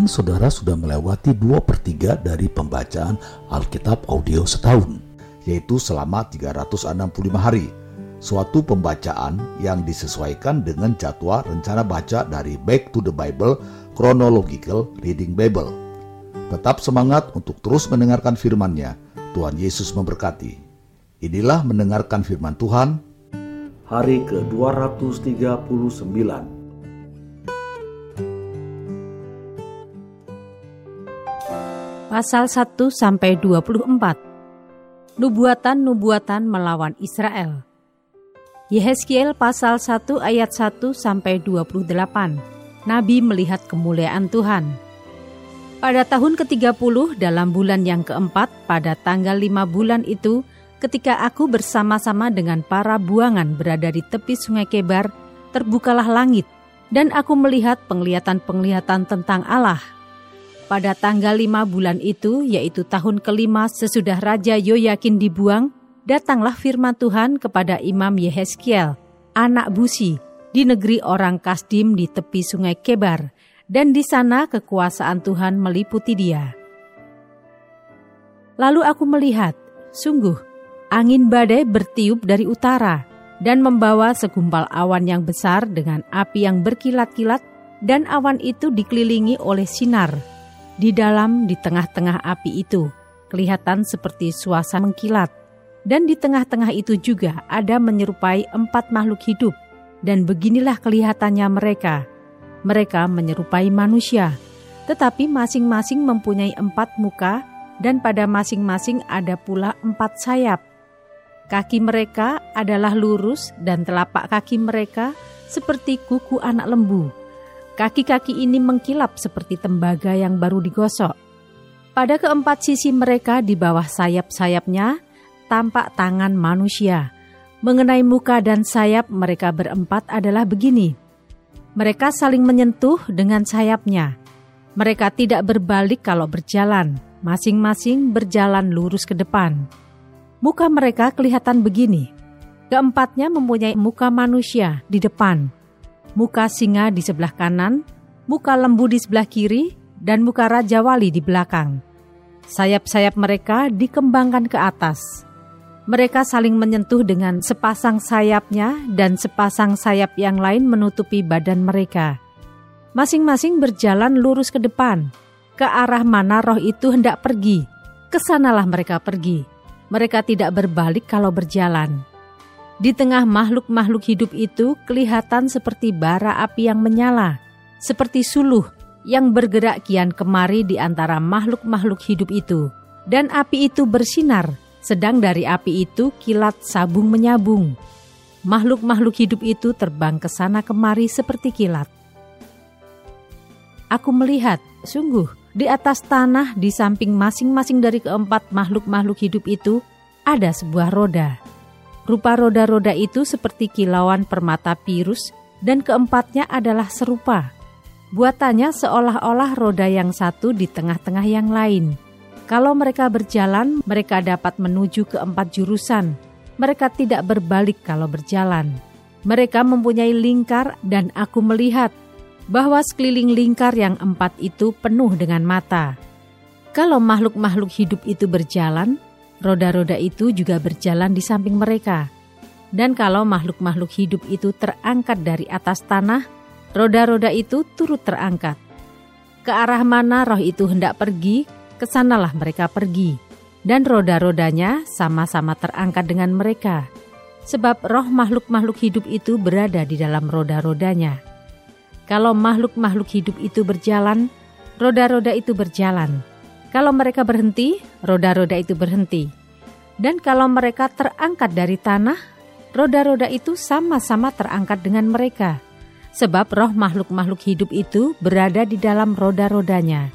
Mungkin saudara sudah melewati 2/3 dari pembacaan Alkitab audio setahun, yaitu selama 365 hari. Suatu pembacaan yang disesuaikan dengan jadwal rencana baca dari Back to the Bible Chronological Reading Bible. Tetap semangat untuk terus mendengarkan firman-Nya. Tuhan Yesus memberkati. Inilah mendengarkan firman Tuhan, hari ke-239. Pasal 1-24. Nubuatan-nubuatan melawan Israel. Yehezkiel pasal 1 ayat 1-28. Nabi melihat kemuliaan Tuhan. Pada tahun ke-30 dalam bulan yang keempat, pada tanggal 5 bulan itu, ketika aku bersama-sama dengan para buangan berada di tepi sungai Kebar, terbukalah langit, dan aku melihat penglihatan-penglihatan tentang Allah. Pada tanggal 5 bulan itu, yaitu tahun ke-5 sesudah Raja Yoyakin dibuang, datanglah firman Tuhan kepada Imam Yehezkiel, anak Busi, di negeri orang Kasdim di tepi sungai Kebar, dan di sana kekuasaan Tuhan meliputi dia. Lalu aku melihat, sungguh, angin badai bertiup dari utara, dan membawa segumpal awan yang besar dengan api yang berkilat-kilat, dan awan itu dikelilingi oleh sinar. Di tengah-tengah api itu, kelihatan seperti suasana mengkilat. Dan di tengah-tengah itu juga ada menyerupai 4 makhluk hidup. Dan beginilah kelihatannya mereka. Mereka menyerupai manusia, tetapi masing-masing mempunyai 4 muka, dan pada masing-masing ada pula 4 sayap. Kaki mereka adalah lurus, dan telapak kaki mereka seperti kuku anak lembu. Kaki-kaki ini mengkilap seperti tembaga yang baru digosok. Pada keempat sisi mereka di bawah sayap-sayapnya, tampak tangan manusia. Mengenai muka dan sayap mereka berempat adalah begini. Mereka saling menyentuh dengan sayapnya. Mereka tidak berbalik kalau berjalan, masing-masing berjalan lurus ke depan. Muka mereka kelihatan begini. Keempatnya mempunyai muka manusia di depan, muka singa di sebelah kanan, muka lembu di sebelah kiri, dan muka Raja Wali di belakang. Sayap-sayap mereka dikembangkan ke atas. Mereka saling menyentuh dengan sepasang sayapnya, dan sepasang sayap yang lain menutupi badan mereka. Masing-masing berjalan lurus ke depan. Ke arah mana roh itu hendak pergi, kesanalah mereka pergi. Mereka tidak berbalik kalau berjalan. Di tengah makhluk-makhluk hidup itu kelihatan seperti bara api yang menyala, seperti suluh yang bergerak kian kemari di antara makhluk-makhluk hidup itu. Dan api itu bersinar, sedang dari api itu kilat sabung menyabung. Makhluk-makhluk hidup itu terbang ke sana kemari seperti kilat. Aku melihat, sungguh, di atas tanah di samping masing-masing dari keempat makhluk-makhluk hidup itu ada sebuah roda. Rupa roda-roda itu seperti kilauan permata pirus, dan keempatnya adalah serupa. Buatannya seolah-olah roda yang satu di tengah-tengah yang lain. Kalau mereka berjalan, mereka dapat menuju ke 4 jurusan. Mereka tidak berbalik kalau berjalan. Mereka mempunyai lingkar, dan aku melihat bahwa sekeliling lingkar yang 4 itu penuh dengan mata. Kalau makhluk-makhluk hidup itu berjalan, roda-roda itu juga berjalan di samping mereka. Dan kalau makhluk-makhluk hidup itu terangkat dari atas tanah, roda-roda itu turut terangkat. Ke arah mana roh itu hendak pergi, kesanalah mereka pergi. Dan roda-rodanya sama-sama terangkat dengan mereka. Sebab roh makhluk-makhluk hidup itu berada di dalam roda-rodanya. Kalau makhluk-makhluk hidup itu berjalan, roda-roda itu berjalan. Kalau mereka berhenti, roda-roda itu berhenti. Dan kalau mereka terangkat dari tanah, roda-roda itu sama-sama terangkat dengan mereka. Sebab roh makhluk-makhluk hidup itu berada di dalam roda-rodanya.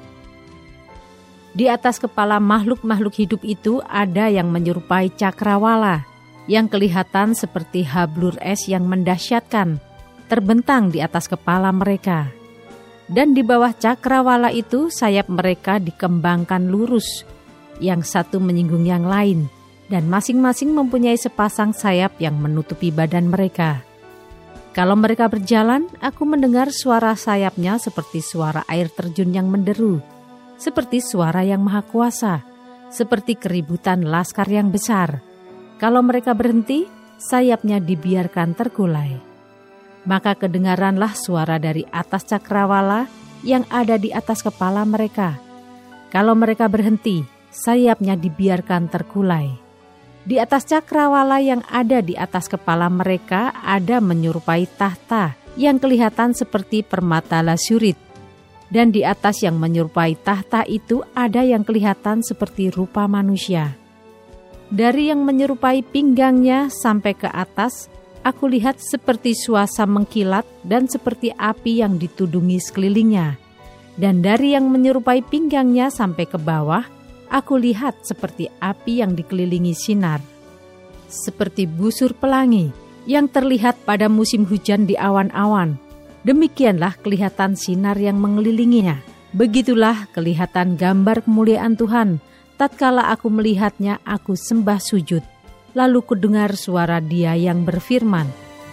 Di atas kepala makhluk-makhluk hidup itu ada yang menyerupai cakrawala, yang kelihatan seperti hablur es yang mendahsyatkan, terbentang di atas kepala mereka. Dan di bawah cakrawala itu sayap mereka dikembangkan lurus, yang satu menyinggung yang lain, dan masing-masing mempunyai sepasang sayap yang menutupi badan mereka. Kalau mereka berjalan, aku mendengar suara sayapnya seperti suara air terjun yang menderu, seperti suara yang maha kuasa, seperti keributan laskar yang besar. Kalau mereka berhenti, sayapnya dibiarkan terkulai. Maka kedengaranlah suara dari atas cakrawala yang ada di atas kepala mereka. Kalau mereka berhenti, sayapnya dibiarkan terkulai. Di atas cakrawala yang ada di atas kepala mereka ada menyerupai tahta yang kelihatan seperti permata lasyurit. Dan di atas yang menyerupai tahta itu ada yang kelihatan seperti rupa manusia. Dari yang menyerupai pinggangnya sampai ke atas, aku lihat seperti suasa mengkilat dan seperti api yang ditudungi sekelilingnya. Dan dari yang menyerupai pinggangnya sampai ke bawah, aku lihat seperti api yang dikelilingi sinar. Seperti busur pelangi yang terlihat pada musim hujan di awan-awan. Demikianlah kelihatan sinar yang mengelilinginya. Begitulah kelihatan gambar kemuliaan Tuhan. Tatkala aku melihatnya, aku sembah sujud. Lalu kudengar suara Dia yang berfirman.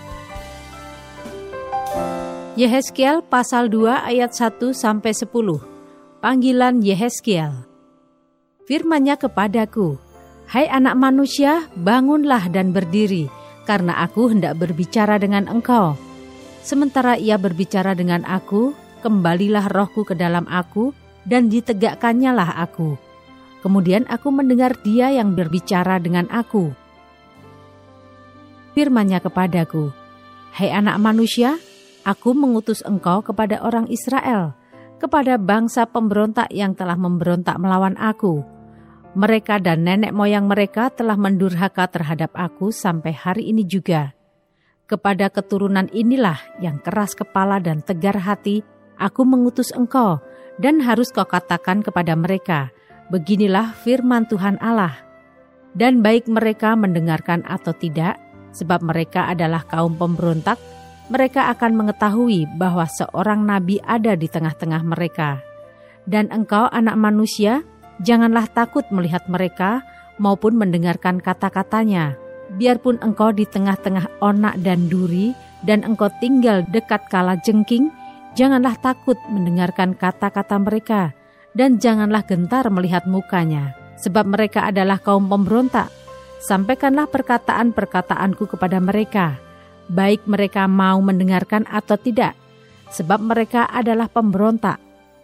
Yehezkiel pasal 2 ayat 1-10. Panggilan Yehezkiel. Firman-Nya kepadaku, "Hai anak manusia, bangunlah dan berdiri, karena aku hendak berbicara dengan engkau." Sementara ia berbicara dengan aku, kembalilah rohku ke dalam aku, dan ditegakkannya aku. Kemudian aku mendengar Dia yang berbicara dengan aku. Firman-Nya kepadaku, "Hai anak manusia, aku mengutus engkau kepada orang Israel, kepada bangsa pemberontak yang telah memberontak melawan aku. Mereka dan nenek moyang mereka telah mendurhaka terhadap aku sampai hari ini juga. Kepada keturunan inilah yang keras kepala dan tegar hati, aku mengutus engkau, dan harus kau katakan kepada mereka, beginilah firman Tuhan Allah. Dan baik mereka mendengarkan atau tidak, sebab mereka adalah kaum pemberontak, mereka akan mengetahui bahwa seorang nabi ada di tengah-tengah mereka. Dan engkau anak manusia, janganlah takut melihat mereka maupun mendengarkan kata-katanya. Biarpun engkau di tengah-tengah onak dan duri, dan engkau tinggal dekat kala jengking, janganlah takut mendengarkan kata-kata mereka, dan janganlah gentar melihat mukanya, sebab mereka adalah kaum pemberontak. Sampaikanlah perkataan-perkataanku kepada mereka, baik mereka mau mendengarkan atau tidak, sebab mereka adalah pemberontak.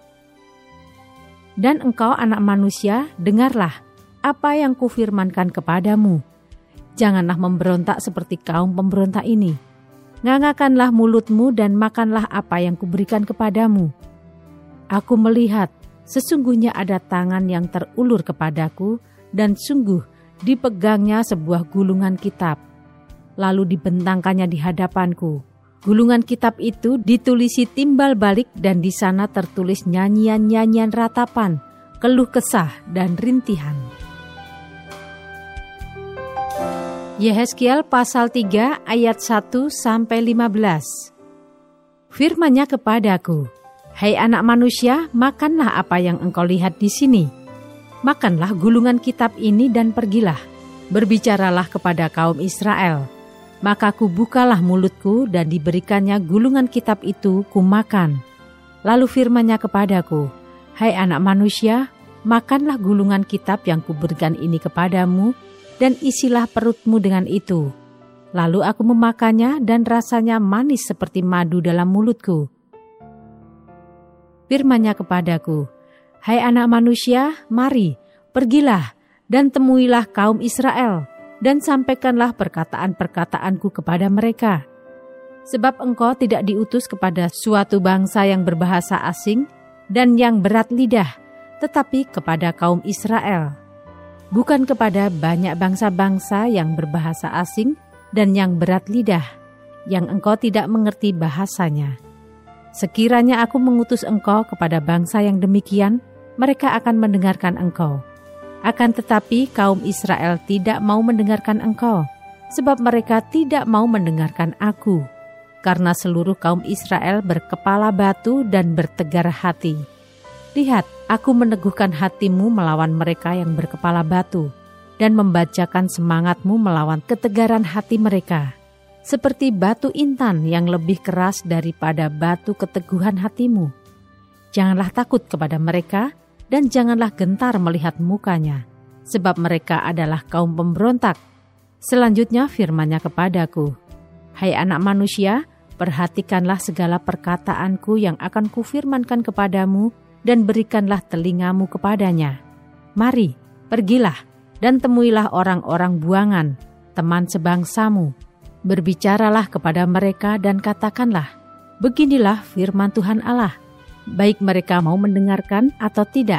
Dan engkau anak manusia, dengarlah apa yang kufirmankan kepadamu. Janganlah memberontak seperti kaum pemberontak ini. Ngangakanlah mulutmu dan makanlah apa yang kuberikan kepadamu. Aku melihat, sesungguhnya ada tangan yang terulur kepadaku, dan sungguh dipegangnya sebuah gulungan kitab. Lalu dibentangkannya di hadapanku. Gulungan kitab itu ditulisi timbal balik, dan di sana tertulis nyanyian-nyanyian ratapan, keluh kesah, dan rintihan. Yehezkiel pasal 3 ayat 1-15. Firman-Nya kepadaku, "Hai anak manusia, makanlah apa yang engkau lihat di sini. Makanlah gulungan kitab ini dan pergilah. Berbicaralah kepada kaum Israel. Maka kubukalah mulutku dan diberikannya gulungan kitab itu kumakan. Lalu firman-Nya kepadaku, Hai anak manusia, makanlah gulungan kitab yang kuberikan ini kepadamu, dan isilah perutmu dengan itu. Lalu aku memakannya dan rasanya manis seperti madu dalam mulutku. Firman-Nya kepadaku, Hai anak manusia, mari, pergilah dan temuilah kaum Israel, dan sampaikanlah perkataan-perkataanku kepada mereka. Sebab engkau tidak diutus kepada suatu bangsa yang berbahasa asing dan yang berat lidah, tetapi kepada kaum Israel. Bukan kepada banyak bangsa-bangsa yang berbahasa asing dan yang berat lidah, yang engkau tidak mengerti bahasanya. Sekiranya aku mengutus engkau kepada bangsa yang demikian, mereka akan mendengarkan engkau. Akan tetapi kaum Israel tidak mau mendengarkan engkau, sebab mereka tidak mau mendengarkan aku, karena seluruh kaum Israel berkepala batu dan bertegar hati. Lihat, aku meneguhkan hatimu melawan mereka yang berkepala batu, dan membacakan semangatmu melawan ketegaran hati mereka. seperti batu intan yang lebih keras daripada batu keteguhan hatimu. Janganlah takut kepada mereka dan janganlah gentar melihat mukanya, sebab mereka adalah kaum pemberontak. Selanjutnya firman-Nya kepadaku, Hai anak manusia, perhatikanlah segala perkataanku yang akan kufirmankan kepadamu dan berikanlah telingamu kepadanya. Mari, pergilah dan temuilah orang-orang buangan, teman sebangsamu. Berbicaralah kepada mereka dan katakanlah, beginilah firman Tuhan Allah, baik mereka mau mendengarkan atau tidak.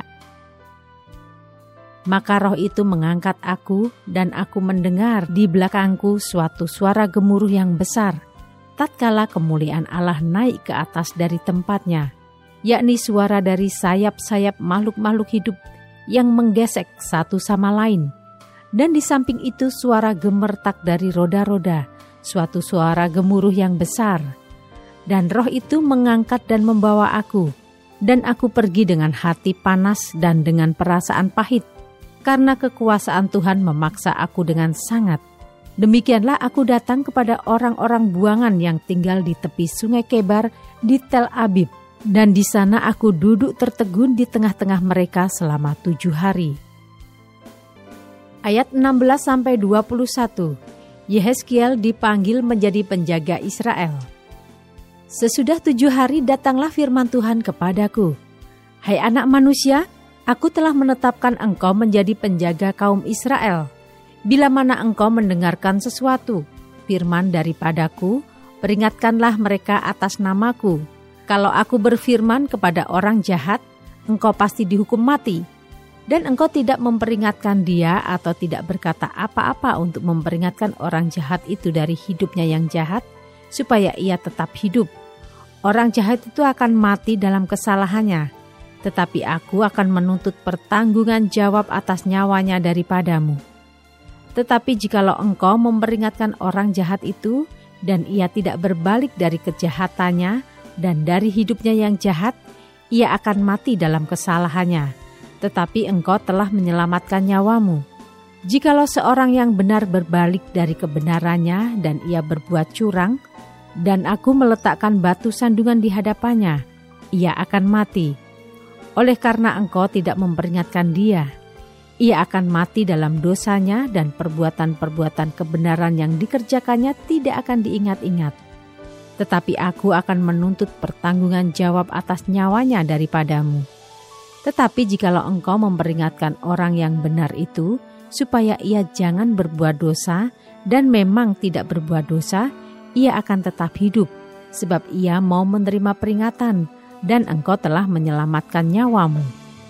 Maka roh itu mengangkat aku dan aku mendengar di belakangku suatu suara gemuruh yang besar, tatkala kemuliaan Allah naik ke atas dari tempatnya, yakni suara dari sayap-sayap makhluk-makhluk hidup yang menggesek satu sama lain. Dan di samping itu suara gemertak dari roda-roda, suatu suara gemuruh yang besar. Dan roh itu mengangkat dan membawa aku, dan aku pergi dengan hati panas dan dengan perasaan pahit, karena kekuasaan Tuhan memaksa aku dengan sangat. Demikianlah aku datang kepada orang-orang buangan yang tinggal di tepi sungai Kebar di Tel Abib, dan di sana aku duduk tertegun di tengah-tengah mereka selama 7 hari. Ayat 16-21, Yehezkiel dipanggil menjadi penjaga Israel. Sesudah 7 hari datanglah firman Tuhan kepadaku, Hai anak manusia, aku telah menetapkan engkau menjadi penjaga kaum Israel. Bila mana engkau mendengarkan sesuatu, firman daripadaku, peringatkanlah mereka atas namaku. Kalau aku berfirman kepada orang jahat, engkau pasti dihukum mati. Dan engkau tidak memperingatkan dia atau tidak berkata apa-apa untuk memperingatkan orang jahat itu dari hidupnya yang jahat, supaya ia tetap hidup. Orang jahat itu akan mati dalam kesalahannya, tetapi aku akan menuntut pertanggungan jawab atas nyawanya daripadamu. Tetapi jikalau engkau memperingatkan orang jahat itu, dan ia tidak berbalik dari kejahatannya dan dari hidupnya yang jahat, ia akan mati dalam kesalahannya. Tetapi engkau telah menyelamatkan nyawamu. Jikalau seorang yang benar berbalik dari kebenarannya dan ia berbuat curang, dan aku meletakkan batu sandungan di hadapannya, ia akan mati. Oleh karena engkau tidak memperingatkan dia, ia akan mati dalam dosanya dan perbuatan-perbuatan kebenaran yang dikerjakannya tidak akan diingat-ingat. Tetapi aku akan menuntut pertanggungan jawab atas nyawanya daripadamu. Tetapi jikalau engkau memperingatkan orang yang benar itu, supaya ia jangan berbuat dosa, dan memang tidak berbuat dosa, ia akan tetap hidup, sebab ia mau menerima peringatan, dan engkau telah menyelamatkan nyawamu.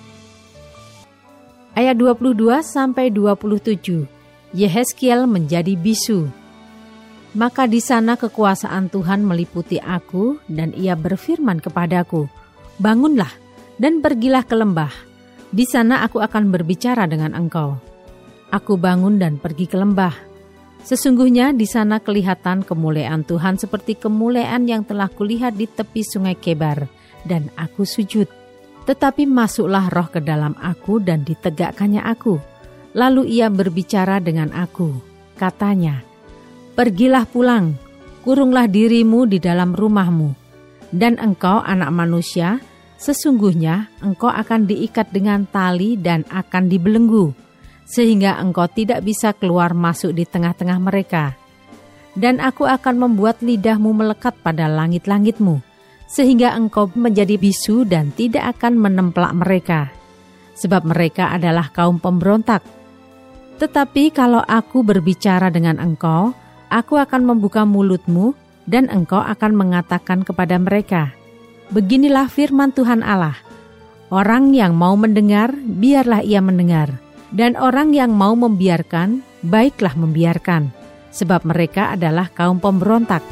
Ayat 22-27, Yehezkiel menjadi bisu. Maka di sana kekuasaan Tuhan meliputi aku, dan ia berfirman kepadaku, bangunlah, dan pergilah ke lembah. Di sana aku akan berbicara dengan engkau. Aku bangun dan pergi ke lembah. Sesungguhnya di sana kelihatan kemuliaan Tuhan seperti kemuliaan yang telah kulihat di tepi sungai Kebar, dan aku sujud. Tetapi masuklah roh ke dalam aku dan ditegakkannya aku. Lalu ia berbicara dengan aku. Katanya, pergilah pulang, kurunglah dirimu di dalam rumahmu. Dan engkau anak manusia, sesungguhnya engkau akan diikat dengan tali dan akan dibelenggu, sehingga engkau tidak bisa keluar masuk di tengah-tengah mereka. Dan aku akan membuat lidahmu melekat pada langit-langitmu, sehingga engkau menjadi bisu dan tidak akan menemplak mereka, sebab mereka adalah kaum pemberontak. Tetapi kalau aku berbicara dengan engkau, aku akan membuka mulutmu, dan engkau akan mengatakan kepada mereka, beginilah firman Tuhan Allah, orang yang mau mendengar, biarlah ia mendengar, dan orang yang mau membiarkan, baiklah membiarkan, sebab mereka adalah kaum pemberontak.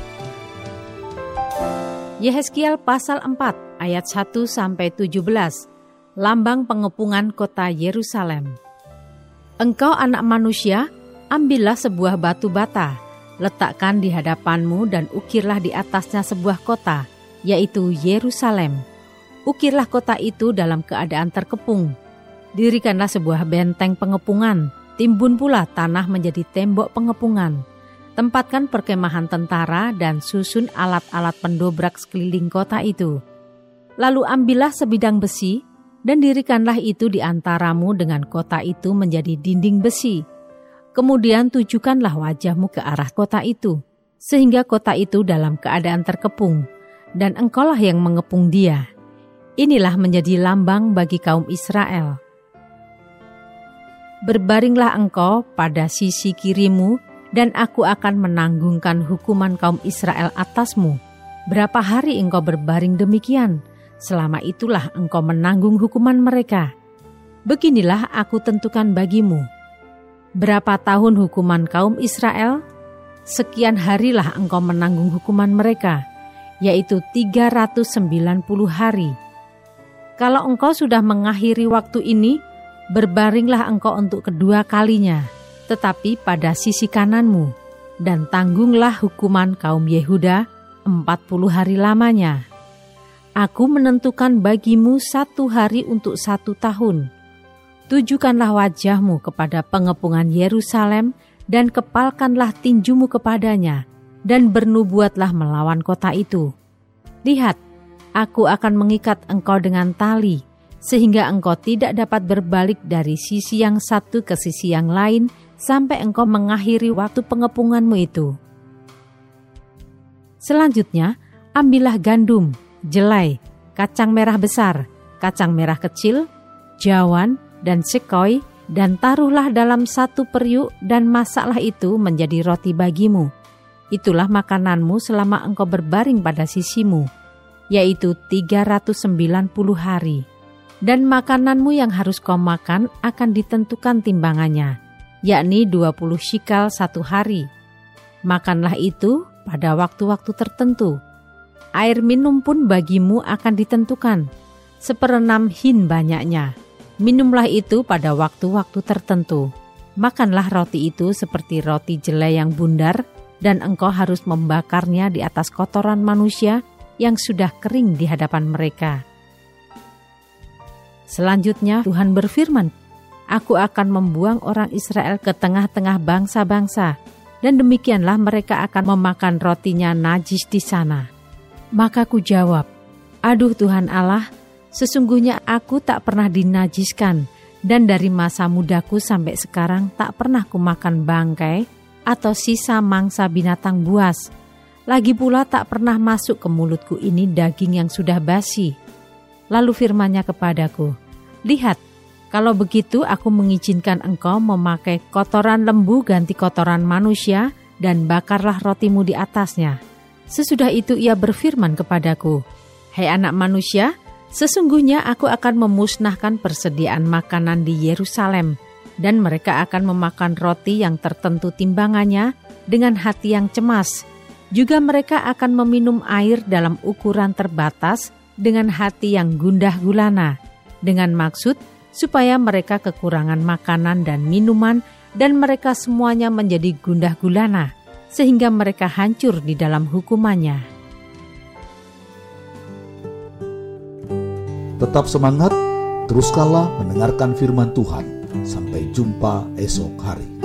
Yehezkiel pasal 4 ayat 1-17, lambang pengepungan kota Yerusalem. Engkau anak manusia, ambillah sebuah batu bata, letakkan di hadapanmu dan ukirlah di atasnya sebuah kota, yaitu Yerusalem. Ukirlah kota itu dalam keadaan terkepung. Dirikanlah sebuah benteng pengepungan, timbun pula tanah menjadi tembok pengepungan. Tempatkan perkemahan tentara dan susun alat-alat pendobrak sekeliling kota itu. Lalu ambillah sebidang besi dan dirikanlah itu di antaramu dengan kota itu menjadi dinding besi. Kemudian tujukanlah wajahmu ke arah kota itu, sehingga kota itu dalam keadaan terkepung, dan engkaulah yang mengepung dia. Inilah menjadi lambang bagi kaum Israel. Berbaringlah engkau pada sisi kirimu, dan aku akan menanggungkan hukuman kaum Israel atasmu. Berapa hari engkau berbaring demikian? Selama itulah engkau menanggung hukuman mereka. Beginilah aku tentukan bagimu. Berapa tahun hukuman kaum Israel? Sekian harilah engkau menanggung hukuman mereka, yaitu 390 hari. Kalau engkau sudah mengakhiri waktu ini, berbaringlah engkau untuk kedua kalinya, tetapi pada sisi kananmu, dan tanggunglah hukuman kaum Yehuda 40 hari lamanya. Aku menentukan bagimu 1 hari untuk 1 tahun. Tujukanlah wajahmu kepada pengepungan Yerusalem, dan kepalkanlah tinjumu kepadanya, dan bernubuatlah melawan kota itu. Lihat, aku akan mengikat engkau dengan tali, sehingga engkau tidak dapat berbalik dari sisi yang satu ke sisi yang lain, sampai engkau mengakhiri waktu pengepunganmu itu. Selanjutnya, ambillah gandum, jelai, kacang merah besar, kacang merah kecil, jawan, dan sekoi, dan taruhlah dalam 1 periuk dan masaklah itu menjadi roti bagimu. Itulah makananmu selama engkau berbaring pada sisimu, yaitu 390 hari. Dan makananmu yang harus kau makan akan ditentukan timbangannya, yakni 20 shikal 1 hari. Makanlah itu pada waktu-waktu tertentu. Air minum pun bagimu akan ditentukan, 1/6 hin banyaknya. Minumlah itu pada waktu-waktu tertentu. Makanlah roti itu seperti roti jelai yang bundar, dan engkau harus membakarnya di atas kotoran manusia yang sudah kering di hadapan mereka. Selanjutnya Tuhan berfirman, Aku akan membuang orang Israel ke tengah-tengah bangsa-bangsa, dan demikianlah mereka akan memakan rotinya najis di sana. Maka ku jawab, Aduh Tuhan Allah, sesungguhnya aku tak pernah dinajiskan, dan dari masa mudaku sampai sekarang tak pernah kumakan bangkai atau sisa mangsa binatang buas. Lagi pula tak pernah masuk ke mulutku ini daging yang sudah basi. Lalu firman-Nya kepadaku, Lihat, kalau begitu aku mengizinkan engkau memakai kotoran lembu ganti kotoran manusia, dan bakarlah rotimu di atasnya. Sesudah itu ia berfirman kepadaku, Hai anak manusia, sesungguhnya aku akan memusnahkan persediaan makanan di Yerusalem, dan mereka akan memakan roti yang tertentu timbangannya dengan hati yang cemas. Juga mereka akan meminum air dalam ukuran terbatas dengan hati yang gundah gulana, dengan maksud supaya mereka kekurangan makanan dan minuman, dan mereka semuanya menjadi gundah gulana, sehingga mereka hancur di dalam hukumannya. Tetap semangat, teruskanlah mendengarkan firman Tuhan. Sampai jumpa esok hari.